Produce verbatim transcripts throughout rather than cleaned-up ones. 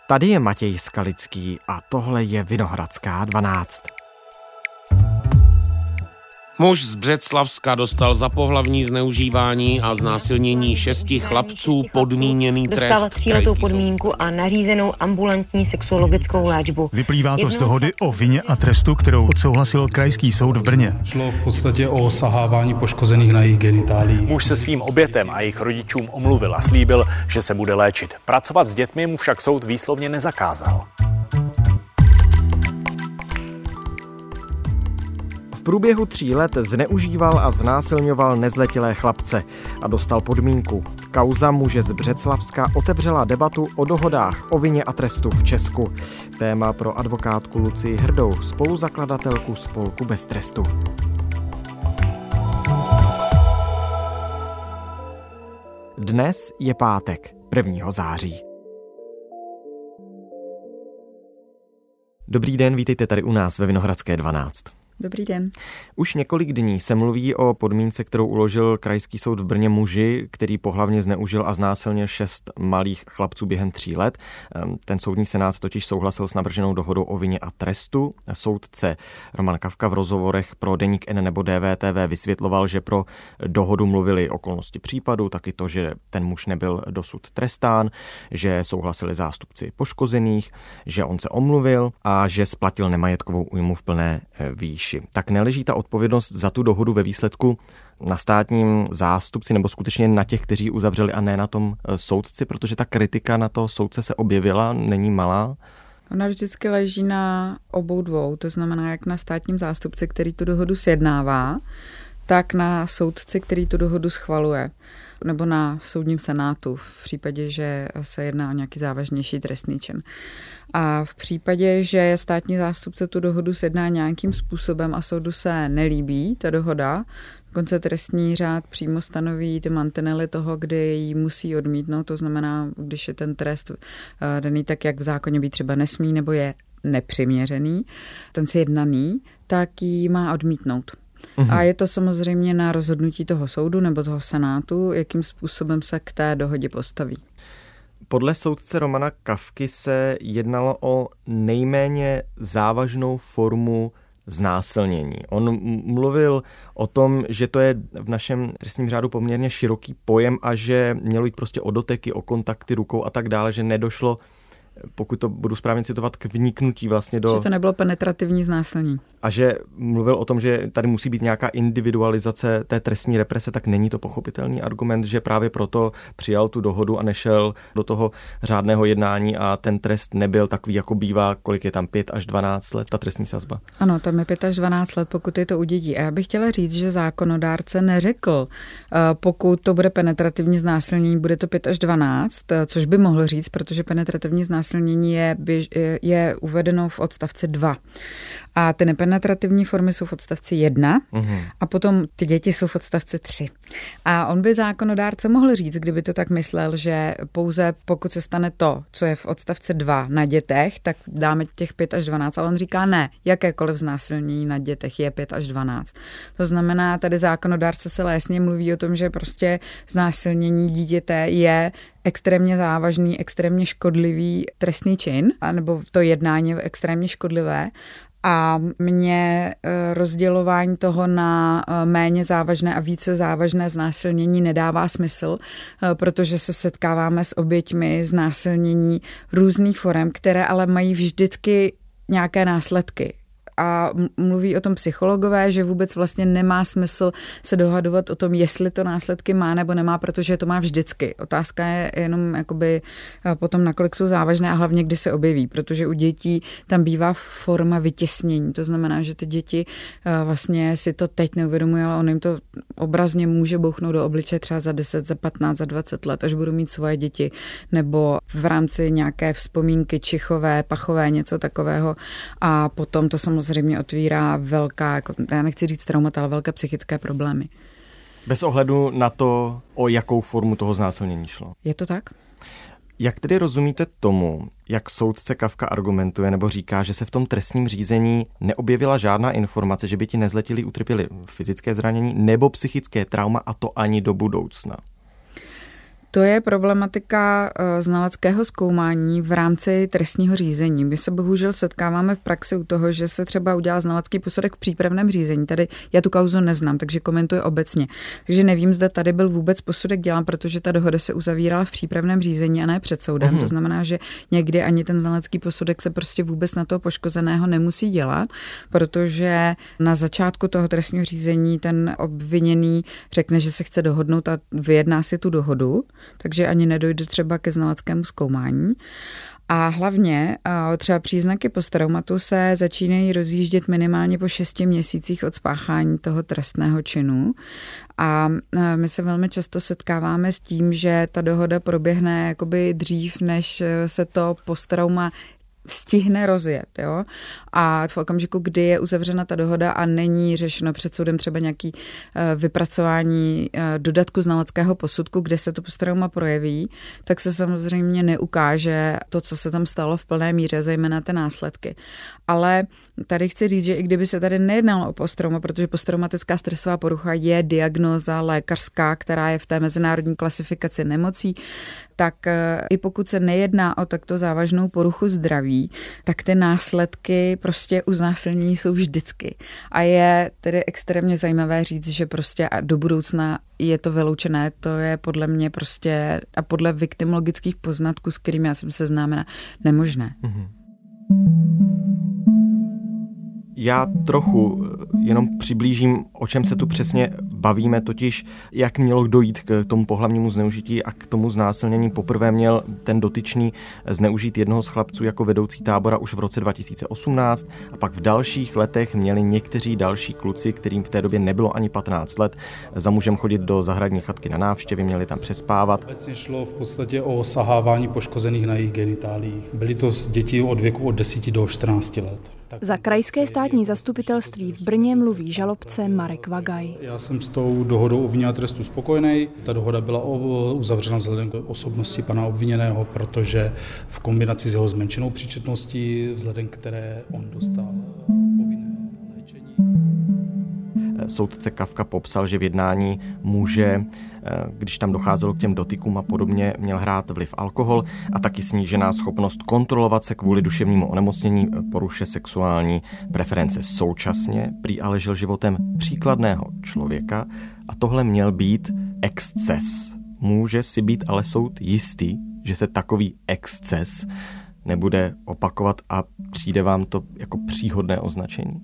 Tady je Matěj Skalický a tohle je Vinohradská dvanáct. Muž z Břeclavska dostal za pohlavní zneužívání a znásilnění šesti chlapců podmíněný trest. Dostal tříletou podmínku a nařízenou ambulantní sexuologickou léčbu. Vyplývá to z dohody o vině a trestu, kterou odsouhlasil Krajský soud v Brně. Šlo v podstatě o sahávání poškozených na jejich genitálii. Muž se svým obětem a jejich rodičům omluvil a slíbil, že se bude léčit. Pracovat s dětmi mu však soud výslovně nezakázal. V průběhu tří let zneužíval a znásilňoval nezletilé chlapce a dostal podmínku. Kauza muže z Břeclavska otevřela debatu o dohodách o vině a trestu v Česku. Téma pro advokátku Lucii Hrdou, spoluzakladatelku spolku Bez trestu. Dnes je pátek, prvního září. Dobrý den, vítejte tady u nás ve Vinohradské dvanáct. Dobrý den. Už několik dní se mluví o podmínce, kterou uložil Krajský soud v Brně muži, který pohlavně zneužil a znásilnil šest malých chlapců během tří let. Ten soudní senát totiž souhlasil s navrženou dohodou o vině a trestu. Soudce Roman Kafka v rozhovorech pro Deník N nebo D V T V vysvětloval, že pro dohodu mluvili okolnosti případu, taky to, že ten muž nebyl dosud trestán, že souhlasili zástupci poškozených, že on se omluvil a že splatil nemajetkovou újmu v plné výši. Tak neleží ta odpovědnost za tu dohodu ve výsledku na státním zástupci nebo skutečně na těch, kteří uzavřeli a ne na tom soudci, protože ta kritika na toho soudce se objevila, není malá? Ona vždycky leží na obou dvou, to znamená jak na státním zástupci, který tu dohodu sjednává, tak na soudci, který tu dohodu schvaluje, nebo na soudním senátu v případě, že se jedná o nějaký závažnější trestný čin. A v případě, že státní zástupce tu dohodu sjedná nějakým způsobem a soudu se nelíbí ta dohoda, dokonce trestní řád přímo stanoví ty mantinely toho, kdy ji musí odmítnout, to znamená, když je ten trest daný tak, jak v zákoně být třeba nesmí, nebo je nepřiměřený, ten sjednaný, tak ji má odmítnout. Uhum. A je to samozřejmě na rozhodnutí toho soudu nebo toho senátu, jakým způsobem se k té dohodě postaví. Podle soudce Romana Kafky se jednalo o nejméně závažnou formu znásilnění. On mluvil o tom, že to je v našem trestním řádu poměrně široký pojem a že mělo jít prostě o doteky, o kontakty rukou a tak dále, že nedošlo, pokud to budu správně citovat, k vniknutí vlastně do... Že to nebylo penetrativní znásilnění. A že mluvil o tom, že tady musí být nějaká individualizace té trestní represe, tak není to pochopitelný argument, že právě proto přijal tu dohodu a nešel do toho řádného jednání a ten trest nebyl takový, jako bývá, kolik je tam, pět až dvanáct let, ta trestní sazba. Ano, tam je pět až dvanáct let, pokud je to u dětí. A já bych chtěla říct, že zákonodárce neřekl, pokud to bude penetrativní znásilnění, bude to pět až dvanáct, což by mohlo říct, protože penetrativní znásilnění je, je uvedeno v odstavci dva. A ty nepenetrativní formy jsou v odstavci jedna uhum. A potom ty děti jsou v odstavci tři. A on by zákonodárce mohl říct, kdyby to tak myslel, že pouze pokud se stane to, co je v odstavci dva na dětech, tak dáme těch pět až dvanáct. Ale on říká ne, jakékoliv znásilnění na dětech je pět až dvanáct. To znamená, tady zákonodárce se jasně mluví o tom, že prostě znásilnění dítěte je extrémně závažný, extrémně škodlivý trestný čin, anebo to jednání je extrémně škodlivé. A mně rozdělování toho na méně závažné a více závažné znásilnění nedává smysl, protože se setkáváme s oběťmi znásilnění různých forem, které ale mají vždycky nějaké následky. A mluví o tom psychologové, že vůbec vlastně nemá smysl se dohadovat o tom, jestli to následky má nebo nemá, protože to má vždycky. Otázka je jenom jakoby potom, nakolik jsou závažné a hlavně, kdy se objeví, protože u dětí tam bývá forma vytěsnění. To znamená, že ty děti vlastně si to teď neuvědomují, ale on jim to obrazně může bouchnout do obličeje třeba za deset, za patnáct, za dvacet let, až budou mít svoje děti, nebo v rámci nějaké vzpomínky čichové, pachové, něco takového. A potom to samozřejmě Samozřejmě otvírá velká, jako, já nechci říct traumata, ale velké psychické problémy. Bez ohledu na to, o jakou formu toho znásilnění šlo. Je to tak? Jak tedy rozumíte tomu, jak soudce Kafka argumentuje nebo říká, že se v tom trestním řízení neobjevila žádná informace, že by ti nezletilí utrpěli fyzické zranění nebo psychické trauma, a to ani do budoucna? To je problematika znaleckého zkoumání v rámci trestního řízení. My se bohužel setkáváme v praxi u toho, že se třeba udělá znalecký posudek v přípravném řízení. Tady já tu kauzu neznám, takže komentuji obecně. Takže nevím, zda tady byl vůbec posudek dělán, protože ta dohoda se uzavírala v přípravném řízení a ne před soudem. Uhum. To znamená, že někdy ani ten znalecký posudek se prostě vůbec na toho poškozeného nemusí dělat, protože na začátku toho trestního řízení ten obviněný řekne, že se chce dohodnout a vyjedná si tu dohodu, takže ani nedojde třeba ke znaleckému zkoumání. A hlavně třeba příznaky posttraumatu se začínají rozjíždět minimálně po šesti měsících od spáchání toho trestného činu. A my se velmi často setkáváme s tím, že ta dohoda proběhne jakoby dřív, než se to posttrauma stihne rozjet, jo. A v okamžiku, kdy je uzavřena ta dohoda a není řešeno před soudem třeba nějaký vypracování dodatku znaleckého posudku, kde se to posttrauma projeví, tak se samozřejmě neukáže to, co se tam stalo v plné míře, zejména ty následky. Ale tady chci říct, že i kdyby se tady nejednalo o posttrauma, protože posttraumatická stresová porucha je diagnóza lékařská, která je v té mezinárodní klasifikaci nemocí, tak i pokud se nejedná o takto závažnou poruchu zdraví, tak ty následky prostě u znásilnění jsou vždycky. A je tedy extrémně zajímavé říct, že prostě do budoucna je to vyloučené, to je podle mě prostě a podle viktimologických poznatků, s kterými já jsem seznámena, nemožné. Mm-hmm. Já trochu jenom přiblížím, o čem se tu přesně bavíme, totiž jak mělo dojít k tomu pohlavnímu zneužití a k tomu znásilnění. Poprvé měl ten dotyčný zneužít jednoho z chlapců jako vedoucí tábora už v roce dva tisíce osmnáct a pak v dalších letech měli někteří další kluci, kterým v té době nebylo ani patnáct let, za mužem chodit do zahradní chatky na návštěvy, měli tam přespávat. Obecně šlo v podstatě o sahávání poškozených na jejich genitáliích. Byly to děti od věku od deseti do čtrnácti let. Za krajské státní zastupitelství v Brně mluví žalobce Marek Vagaj. Já jsem s tou dohodou o vině a trestu spokojený. Ta dohoda byla uzavřena vzhledem k osobnosti pana obviněného, protože v kombinaci s jeho zmenšenou příčetností, vzhledem k které on dostal povinné léčení. Soudce Kafka popsal, že v jednání muže, když tam docházelo k těm dotykům a podobně, měl hrát vliv alkohol a taky snížená schopnost kontrolovat se kvůli duševnímu onemocnění, poruše sexuální preference. Současně prý ale žil životem příkladného člověka a tohle měl být exces. Může si být ale soud jistý, že se takový exces nebude opakovat a přijde vám to jako příhodné označení?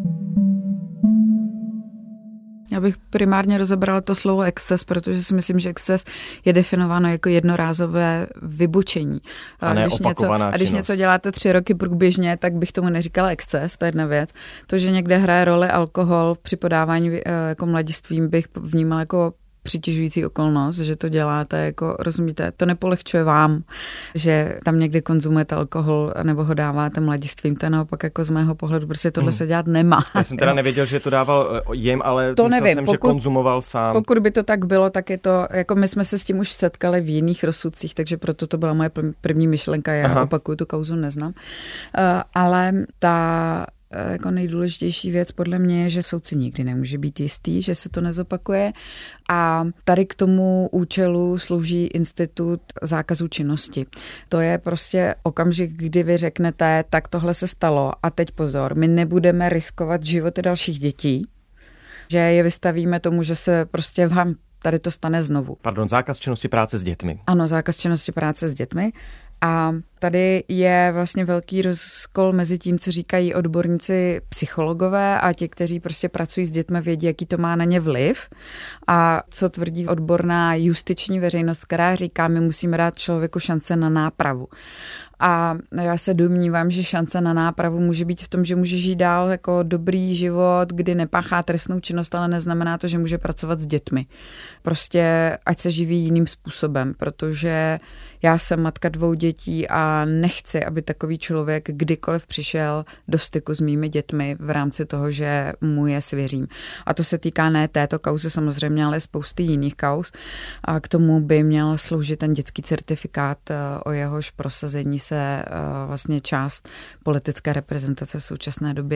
Já bych primárně rozebrala to slovo exces, protože si myslím, že exces je definováno jako jednorázové vybočení. A ne když opakovaná něco, A když činnost. něco děláte tři roky průběžně, tak bych tomu neříkala exces, to je jedna věc. To, že někde hraje roli alkohol při podávání jako mladistvím, bych vnímala jako přitěžující okolnost, že to děláte, jako rozumíte, to nepolehčuje vám, že tam někde konzumujete alkohol nebo ho dáváte mladistvím, to je naopak jako z mého pohledu, prostě tohle hmm. se dělat nemá. Já jsem teda nevěděl, že to dával jim, ale to myslel nevím, jsem, pokud, že konzumoval sám. Pokud by to tak bylo, tak je to, jako my jsme se s tím už setkali v jiných rozsudcích, takže proto to byla moje první myšlenka, já Aha. opakuju, tu kauzu neznám. Uh, ale ta jako nejdůležitější věc podle mě je, že soudci nikdy nemůže být jistý, že se to nezopakuje a tady k tomu účelu slouží institut zákazu činnosti. To je prostě okamžik, kdy vy řeknete, tak tohle se stalo a teď pozor, my nebudeme riskovat životy dalších dětí, že je vystavíme tomu, že se prostě vám tady to stane znovu. Pardon, zákaz činnosti práce s dětmi. Ano, zákaz činnosti práce s dětmi. A tady je vlastně velký rozkol mezi tím, co říkají odborníci psychologové a ti, kteří prostě pracují s dětmi, vědí, jaký to má na ně vliv a co tvrdí odborná justiční veřejnost, která říká, my musíme dát člověku šance na nápravu. A já se domnívám, že šance na nápravu může být v tom, že může žít dál jako dobrý život, kdy nepáchá trestnou činnost, ale neznamená to, že může pracovat s dětmi. Prostě ať se živí jiným způsobem, protože já jsem matka dvou dětí a nechci, aby takový člověk kdykoliv přišel do styku s mými dětmi v rámci toho, že mu je svěřím. A to se týká ne této kauzy samozřejmě, ale spousty jiných kauz. A k tomu by měl sloužit ten dětský certifikát, o jehož prosazení se vlastně část politické reprezentace v současné době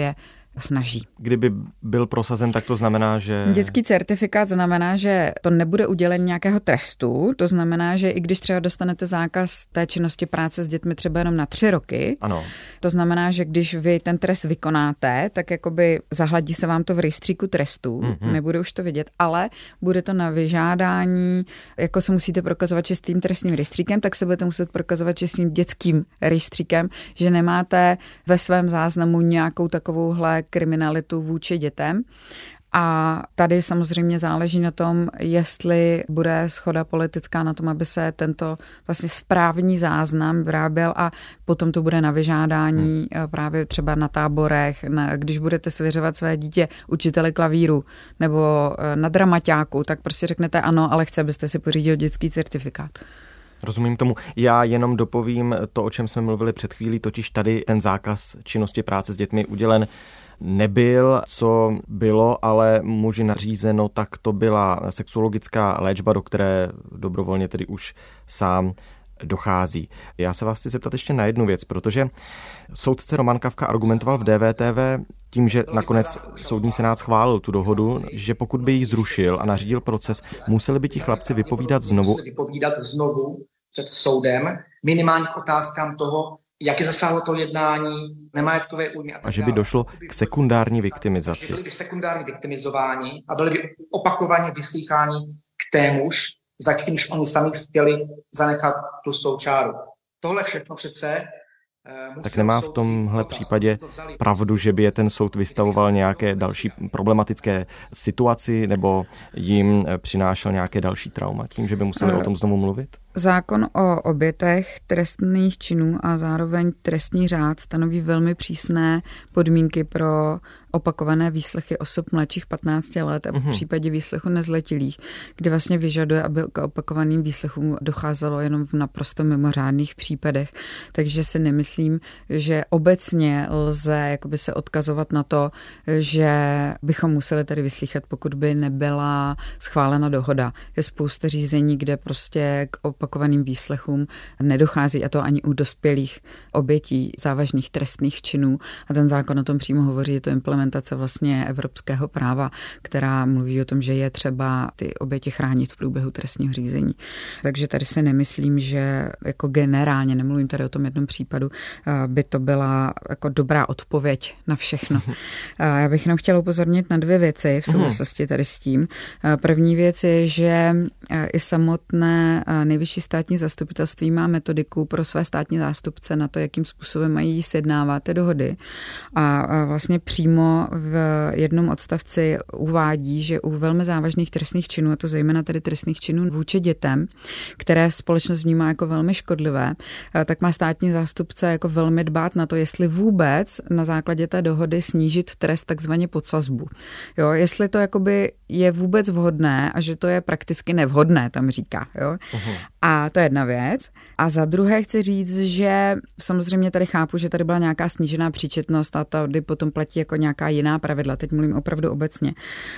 snaží. Kdyby byl prosazen, tak to znamená, že... Dětský certifikát znamená, že to nebude udělení nějakého trestu, to znamená, že i když třeba dostanete zákaz té činnosti práce s dětmi třeba jenom na tři roky, ano. To znamená, že když vy ten trest vykonáte, tak jakoby zahladí se vám to v rejstříku trestů, mm-hmm. nebude už to vidět, ale bude to na vyžádání, jako se musíte prokazovat čistým trestním rejstříkem, tak se budete muset prokazovat čistým dětským rejstříkem, že nemáte ve svém záznamu nějakou takovouhle kriminalitu vůči dětem. A tady samozřejmě záleží na tom, jestli bude shoda politická na tom, aby se tento vlastně správní záznam vyráběl a potom to bude na vyžádání hmm. právě třeba na táborech, na, když budete svěřovat své dítě učiteli klavíru nebo na dramaťáku, tak prostě řeknete ano, ale chci, abyste si pořídil dětský certifikát. Rozumím tomu. Já jenom dopovím to, o čem jsme mluvili před chvílí, totiž tady ten zákaz činnosti práce s dětmi udělen nebyl, co bylo, ale muži nařízeno, tak to byla sexuologická léčba, do které dobrovolně tedy už sám dochází. Já se vás chci zeptat ještě na jednu věc, protože soudce Roman Kafka argumentoval v D V T V tím, že nakonec soudní senát schválil tu dohodu, že pokud by ji zrušil a nařídil proces, museli by ti chlapci vypovídat znovu. Vypovídat znovu před soudem, minimálně k otázkám toho, jak je zasáhlo to jednání, nemajetkové újmy a tak dále. A že by došlo k sekundární viktimizaci. Že byli by sekundárně viktimizováni a byli by opakovaně vyslýcháni k témuž, za čímž oni sami chtěli zanechat tlustou čáru. Tohle všechno přece... Tak nemá v tomhle případě pravdu, že by je ten soud vystavoval nějaké další problematické situaci nebo jim přinášel nějaké další trauma tím, že by museli o tom znovu mluvit? Zákon o obětech trestných činů a zároveň trestní řád stanoví velmi přísné podmínky pro opakované výslechy osob mladších patnácti let a v uhum. případě výslechu nezletilých, kdy vlastně vyžaduje, aby k opakovaným výslechům docházelo jenom v naprosto mimořádných případech. Takže si nemyslím, že obecně lze jakoby se odkazovat na to, že bychom museli tady vyslýchat, pokud by nebyla schválena dohoda. Je spousta řízení, kde prostě k opakovaným výslechům nedochází, a to ani u dospělých obětí závažných trestných činů. A ten zákon o tom přímo hovoří, je to implementace vlastně evropského práva, která mluví o tom, že je třeba ty oběti chránit v průběhu trestního řízení. Takže tady si nemyslím, že jako generálně, nemluvím tady o tom jednom případu, by to byla jako dobrá odpověď na všechno. Já bych jenom chtěla upozornit na dvě věci v souvislosti tady s tím. První věc je, že i samotné nejvyšší státní zastupitelství má metodiku pro své státní zástupce na to, jakým způsobem mají sjednávat ty dohody. A vlastně přímo v jednom odstavci uvádí, že u velmi závažných trestných činů, a to zejména tedy trestných činů vůči dětem, které společnost vnímá jako velmi škodlivé, tak má státní zástupce jako velmi dbát na to, jestli vůbec na základě té dohody snížit trest takzvaně pod sazbu. Jo, jestli to jakoby je vůbec vhodné a že to je prakticky nevhodné, tam říká. Jo? Uh-huh. A to je jedna věc. A za druhé chci říct, že samozřejmě tady chápu, že tady byla nějaká snížená příčetnost a tady potom platí jako nějaká jiná pravidla. Teď mluvím opravdu obecně.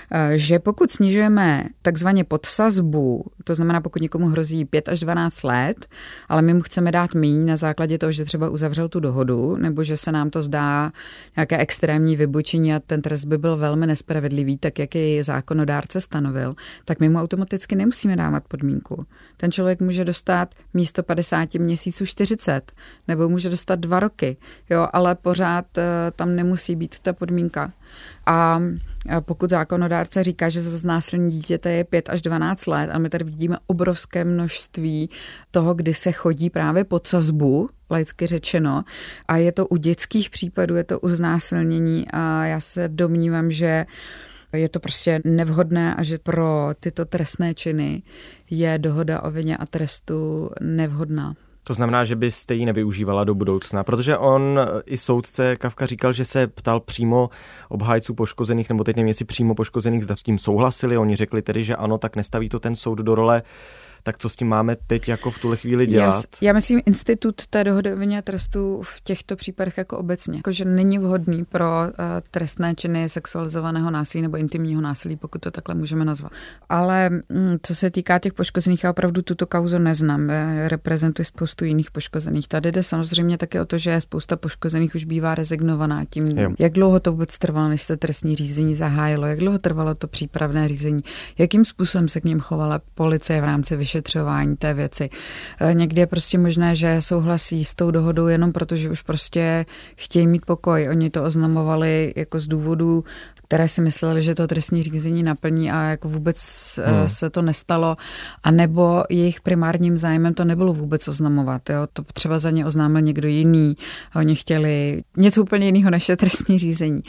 Že pokud snižujeme takzvaně pod sazbu, to znamená, pokud někomu hrozí pět až dvanáct let, ale my mu chceme dát míň na základě toho, že třeba uzavřel tu dohodu, nebo že se nám to zdá nějaké extrémní vybočení a ten trest by byl velmi nespravedlivý, tak jak je zákonodárce stanovil, tak my mu automaticky nemusíme dávat podmínku. Ten člověk může dostat místo padesát měsíců čtyřicet, nebo může dostat dva roky, jo, ale pořád tam nemusí být ta podmínka. A pokud zákonodárce říká, že za znásilnění dítěte je pět až dvanáct let, a my tady vidíme obrovské množství toho, kdy se chodí právě pod sazbu, laicky řečeno, a je to u dětských případů, je to u znásilnění, a já se domnívám, že je to prostě nevhodné a že pro tyto trestné činy je dohoda o vině a trestu nevhodná. To znamená, že byste ji nevyužívala do budoucna, protože on i soudce Kafka říkal, že se ptal přímo obhájců poškozených, nebo teď nevím, jestli přímo poškozených, zda s tím souhlasili. Oni řekli tedy, že ano, tak nestaví to ten soud do role tak co s tím máme teď jako v tuhle chvíli dělat? Já, já myslím institut té dohody o vině a trestu v těchto případech jako obecně, jako že není vhodný pro uh, trestné činy sexualizovaného násilí nebo intimního násilí, pokud to takhle můžeme nazvat. Ale mm, co se týká těch poškozených, já opravdu tuto kauzu neznám. Já reprezentuji spoustu jiných poškozených. Tady jde samozřejmě také o to, že spousta poškozených už bývá rezignovaná tím, jo. Jak dlouho to vůbec trvalo, než se trestní řízení zahájilo, jak dlouho trvalo to přípravné řízení, jakým způsobem se k ním chovala policie v rámci vyšetřování té věci. Někdy je prostě možné, že souhlasí s tou dohodou jenom proto, že už prostě chtějí mít pokoj. Oni to oznamovali jako z důvodu, které si mysleli, že to trestní řízení naplní a jako vůbec hmm. se to nestalo. A nebo jejich primárním zájmem to nebylo vůbec oznamovat. Jo? To třeba za ně oznámil někdo jiný. A oni chtěli něco úplně jiného než je trestní řízení.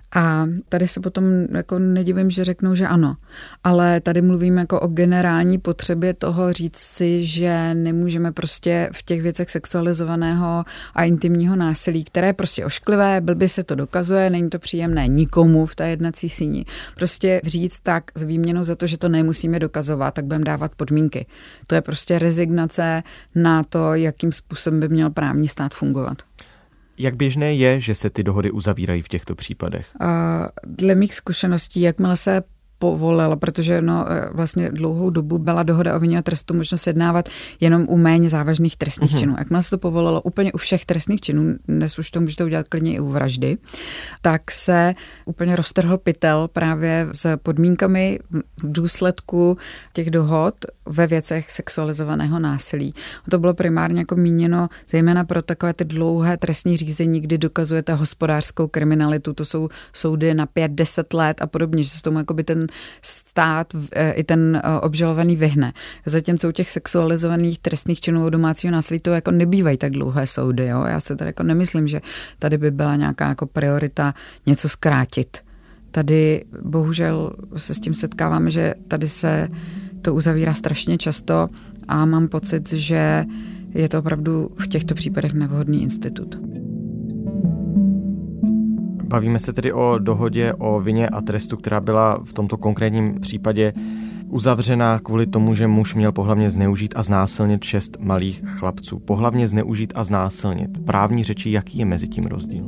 A tady se potom jako nedivím, že řeknou, že ano. Ale tady mluvím jako o generální potřebě toho říct si, že nemůžeme prostě v těch věcech sexualizovaného a intimního násilí, které je prostě ošklivé, blbě se to dokazuje, není to příjemné nikomu v té jednací síni. Prostě říct tak s výměnou za to, že to nemusíme dokazovat, tak budeme dávat podmínky. To je prostě rezignace na to, jakým způsobem by měl právní stát fungovat. Jak běžné je, že se ty dohody uzavírají v těchto případech? Uh, dle mých zkušeností, jakmile se povolilo, protože no, vlastně dlouhou dobu byla dohoda o vině a trestu možno sjednávat jenom u méně závažných trestných uh-huh. činů. Jakmile se to povolilo úplně u všech trestných činů, dnes už to můžete udělat klidně i u vraždy, tak se úplně roztrhl pytel právě s podmínkami v důsledku těch dohod ve věcech sexualizovaného násilí. To bylo primárně jako míněno zejména pro takové ty dlouhé trestní řízení, kdy dokazujete hospodářskou kriminalitu, to jsou soudy na pět, deset let a podobně, že se tomu jakoby ten stát i ten obžalovaný vyhne. Zatímco u těch sexualizovaných trestných činů domácího násilí to jako nebývají tak dlouhé soudy. Jo? Já se tady jako nemyslím, že tady by byla nějaká jako priorita něco zkrátit. Tady bohužel se s tím setkáváme, že tady se to uzavírá strašně často a mám pocit, že je to opravdu v těchto případech nevhodný institut. Bavíme se tedy o dohodě o vině a trestu, která byla v tomto konkrétním případě uzavřena kvůli tomu, že muž měl pohlavně zneužít a znásilnit šest malých chlapců. Pohlavně zneužít a znásilnit. Právní řeči, jaký je mezi tím rozdíl?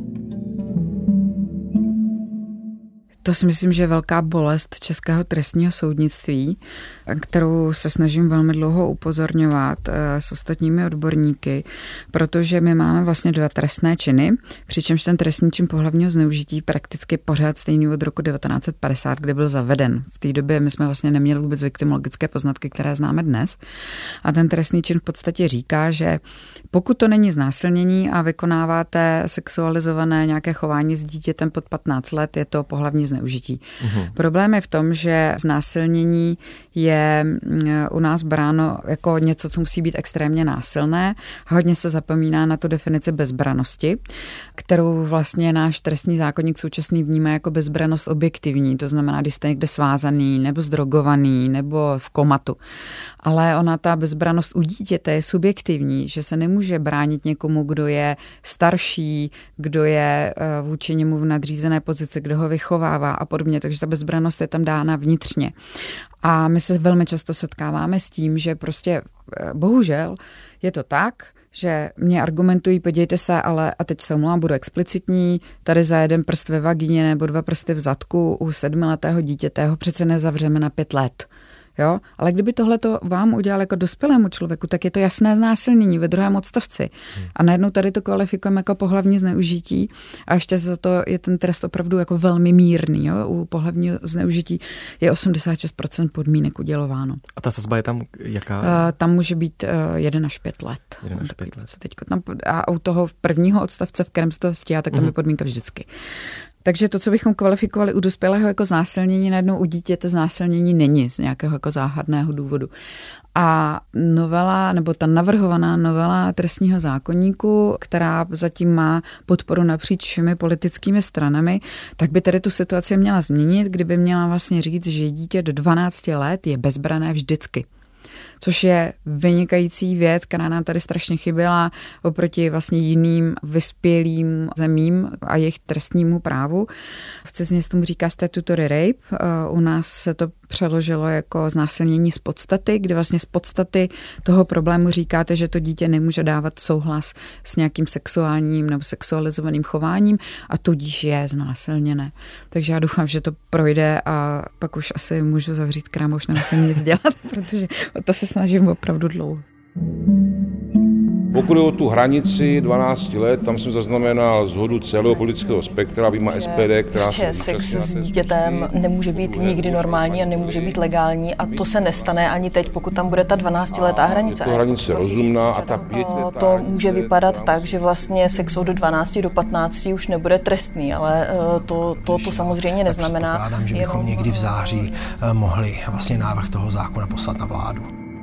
To si myslím, že je velká bolest českého trestního soudnictví, kterou se snažím velmi dlouho upozorňovat s ostatními odborníky, protože my máme vlastně dva trestné činy, přičemž ten trestný čin pohlavního zneužití prakticky pořád stejný od roku devatenáct set padesát, kdy byl zaveden. V té době my jsme vlastně neměli vůbec viktimologické poznatky, které známe dnes. A ten trestný čin v podstatě říká, že pokud to není znásilnění a vykonáváte sexualizované nějaké chování s dítětem pod patnáct let, je to pohlavní zneužití. Uhum. Problém je v tom, že znásilnění je u nás bráno jako něco, co musí být extrémně násilné. Hodně se zapomíná na tu definici bezbranosti, kterou vlastně náš trestní zákoník současný vnímá jako bezbranost objektivní. To znamená, když jste někde svázaný, nebo zdrogovaný, nebo v komatu. Ale ona, ta bezbranost u dítěte je subjektivní, že se nemůže bránit někomu, kdo je starší, kdo je vůči němu v nadřízené pozici, kdo ho vychovává a podobně. Takže ta bezbranost je tam dána vnitřně. A my se velmi často setkáváme s tím, že prostě bohužel je to tak, že mě argumentují, podívejte se, ale, a teď se omlouvám, budu explicitní, tady za jeden prst ve vagíně nebo dva prsty v zadku u sedmiletého dítěte ho přece nezavřeme na pět let. Jo? Ale kdyby tohle to vám udělal jako dospělému člověku, tak je to jasné znásilnění ve druhém odstavci. A najednou tady to kvalifikujeme jako pohlavní zneužití a ještě za to je ten trest opravdu jako velmi mírný. Jo? U pohlavního zneužití je osmdesát šest procent podmínek udělováno. A ta sazba je tam jaká? Uh, tam může být uh, jeden až pět let. Jeden až pět let. Teďko tam, a u toho prvního odstavce, v kterém se to stíhá, tak tam uh-huh. je podmínka vždycky. Takže to, co bychom kvalifikovali u dospělého jako znásilnění, najednou u dítěte znásilnění není z nějakého jako záhadného důvodu. A novela, nebo ta navrhovaná novela trestního zákoníku, která zatím má podporu napříč všemi politickými stranami, tak by tedy tu situaci měla změnit, kdyby měla vlastně říct, že dítě do dvanácti let je bezbrané vždycky. Což je vynikající věc, která nám tady strašně chyběla oproti vlastně jiným vyspělým zemím a jejich trestnímu právu. V cizině se tomu říká statutory rape, u nás se to přeložilo jako znásilnění z podstaty, kdy vlastně z podstaty toho problému říkáte, že to dítě nemůže dávat souhlas s nějakým sexuálním nebo sexualizovaným chováním a tudíž je znásilněné. Takže já doufám, že to projde a pak už asi můžu zavřít krám, už nemusím nic dělat, protože o to se snažím opravdu dlouho. Pokud je o tu hranici dvanáct let, tam jsem zaznamenal shodu celého politického spektra, vyjma S P D, která se sex s dítětem nemůže být nikdy normální a nemůže být legální a to se nestane ani teď, pokud tam bude ta dvanáctiletá hranice. Je to hranice rozumná a ta pětiletá To může vypadat tak, že vlastně sex od dvanácti do patnácti už nebude trestný, ale to, to, to samozřejmě neznamená. Předpokládám, že bychom jenom... někdy v září mohli vlastně návrh toho zákona poslat na vládu.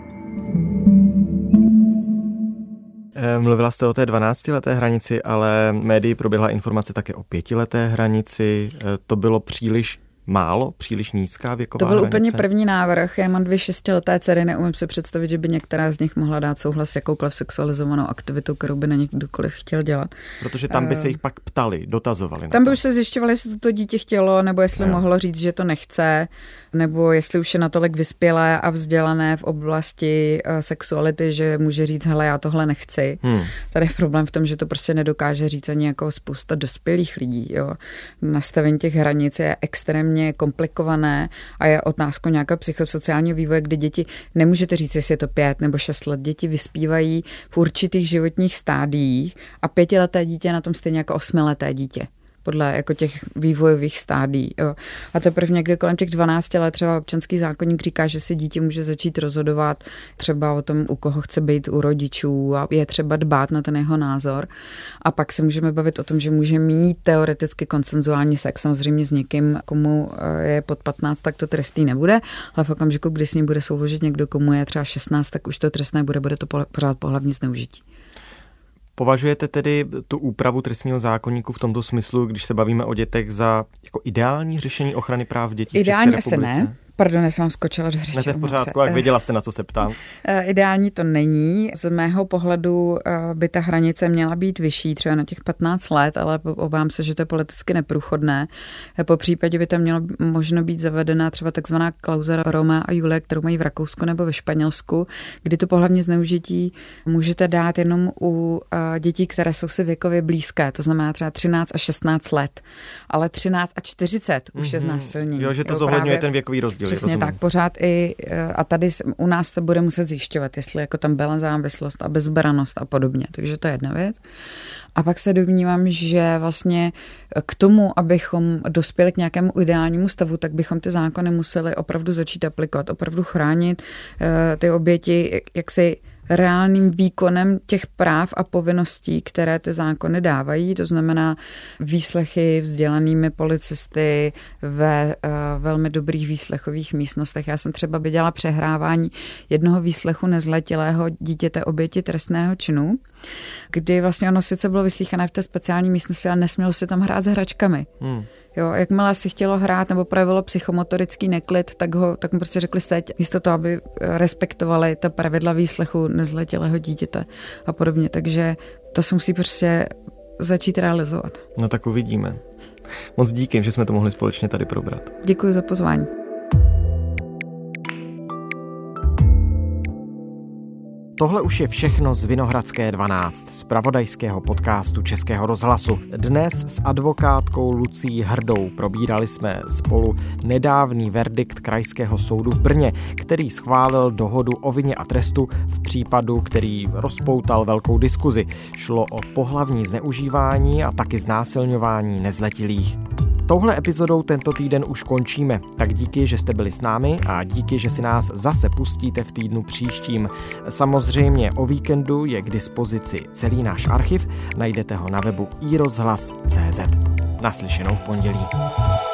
Mluvila jste o té dvanáctileté hranici, ale médii proběhla informace také o pětileté hranici. To bylo příliš málo, příliš nízká věková To byl hranice? úplně první návrh. Já mám dvě šestileté dcery, neumím si představit, že by některá z nich mohla dát souhlas s jakoukoliv sexualizovanou aktivitou, kterou by na ně kdokoliv chtěl dělat. Protože tam by se jich pak ptali, dotazovali. Tam by to. už se zjišťovali, jestli to dítě chtělo, nebo jestli no. mohlo říct, že to nechce, nebo jestli už je natolik vyspělé a vzdělané v oblasti uh, sexuality, že může říct, hele, já tohle nechci. Hmm. Tady je problém v tom, že to prostě nedokáže říct ani jako spousta dospělých lidí. Jo. Nastavení těch hranic je extrémně komplikované a je otázkou nějakého psychosociálního vývoje, kdy děti, nemůžete říct, jestli je to pět nebo šest let, děti vyspívají v určitých životních stádiích a pětileté dítě je na tom stejně jako osmileté dítě. Podle jako těch vývojových stádií. Jo. A teprve někdy kolem těch dvanácti let třeba občanský zákoník říká, že si dítě může začít rozhodovat třeba o tom, u koho chce být u rodičů a je třeba dbát na ten jeho názor. A pak se můžeme bavit o tom, že může mít teoreticky konsenzuální sex. Samozřejmě s někým, komu je pod patnáct, tak to trestný nebude, ale v okamžiku, kdy s ním bude souložit někdo, komu je třeba šestnáct, tak už to trestné bude, bude to pořád pohlavní zneužití. Považujete tedy tu úpravu trestního zákoníku v tomto smyslu, když se bavíme o dětech, za jako ideální řešení ochrany práv dětí Ideální v České republice? Asi ne. Pardon, jsem vám skočila do řeči. Ne, to je v pořádku, jak věděla jste, na co se ptám. Ideální to není. Z mého pohledu by ta hranice měla být vyšší, třeba na těch patnáct let, ale obávám se, že to je politicky neprůchodné. Po případě by tam mělo možno být zavedena třeba takzvaná klauza Romea a Julie, kterou mají v Rakousku nebo ve Španělsku, kdy to pohlavní zneužití můžete dát jenom u dětí, které jsou si věkově blízké, to znamená třeba třináct a šestnáct let, ale třináct a čtyřicet už mm-hmm. je znásilnění. Jo, že to zohledňuje ten věkový rozdíl. Přesně rozumím. tak, pořád i a tady u nás to bude muset zjišťovat, jestli jako tam byla závislost a bezbranost a podobně, takže to je jedna věc. A pak se domnívám, že vlastně k tomu, abychom dospěli k nějakému ideálnímu stavu, tak bychom ty zákony museli opravdu začít aplikovat, opravdu chránit ty oběti, jak si reálným výkonem těch práv a povinností, které ty zákony dávají, to znamená výslechy vzdělanými policisty ve uh, velmi dobrých výslechových místnostech. Já jsem třeba viděla přehrávání jednoho výslechu nezletilého dítěte oběti trestného činu, kdy vlastně ono sice bylo vyslýchané v té speciální místnosti, ale nesmělo si tam hrát s hračkami. Hmm. Jo, jakmile si chtělo hrát nebo projevilo psychomotorický neklid, tak, ho, tak mu prostě řekli seď, místo toho, aby respektovali ta pravidla výslechu nezletilého dítěte a podobně. Takže to se musí prostě začít realizovat. No tak uvidíme. Moc díky, že jsme to mohli společně tady probrat. Děkuji za pozvání. Tohle už je všechno z Vinohradské dvanáct, z zpravodajského podcastu Českého rozhlasu. Dnes s advokátkou Lucií Hrdou probírali jsme spolu nedávný verdikt Krajského soudu v Brně, který schválil dohodu o vině a trestu v případu, který rozpoutal velkou diskuzi. Šlo o pohlavní zneužívání a taky znásilňování nezletilých. Touhle epizodou tento týden už končíme, tak díky, že jste byli s námi a díky, že si nás zase pustíte v týdnu příštím. Samozřejmě o víkendu je k dispozici celý náš archiv, najdete ho na webu i rozhlas tečka cé zet. Naslyšenou v pondělí.